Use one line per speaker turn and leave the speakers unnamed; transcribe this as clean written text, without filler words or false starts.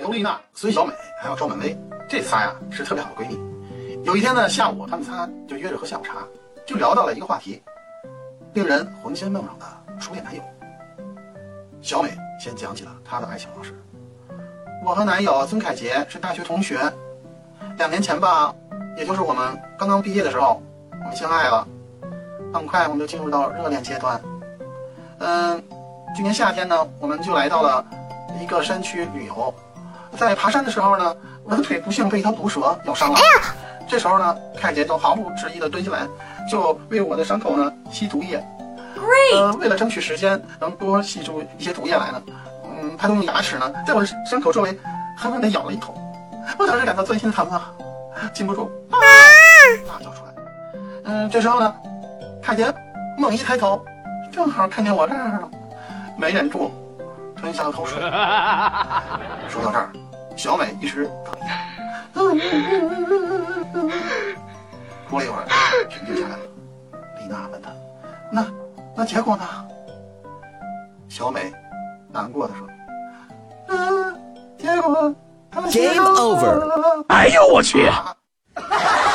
佟丽娜、孙小美还有赵满薇，这仨呀是特别好的闺蜜。有一天呢，下午她们仨就约着喝下午茶，就聊到了一个话题，令人魂牵梦绕的初恋男友。小美先讲起了她的爱情往事。我和男友孙凯杰是大学同学，2年前吧，也就是我们刚刚毕业的时候，我们相爱了，很快我们就进入到热恋阶段。去年夏天呢，我们就来到了一个山区旅游，在爬山的时候呢，我的腿不幸被一条毒蛇咬伤了。这时候呢，凯杰就毫不迟疑地蹲下来，就为我的伤口呢吸毒液。为了争取时间能多吸出一些毒液来呢，他就用牙齿呢在我的伤口周围狠狠地咬了一口。我当时感到钻心疼啊，禁不住大叫出来。这时候呢，凯杰猛一抬头，正好看见我这儿了，没忍住吞下了口水。说到这儿，小美一时哭了一会儿，平静下来了。丽娜问他：“那结果呢？”小美难过的说：“结果
Game over。”
哎呦我去！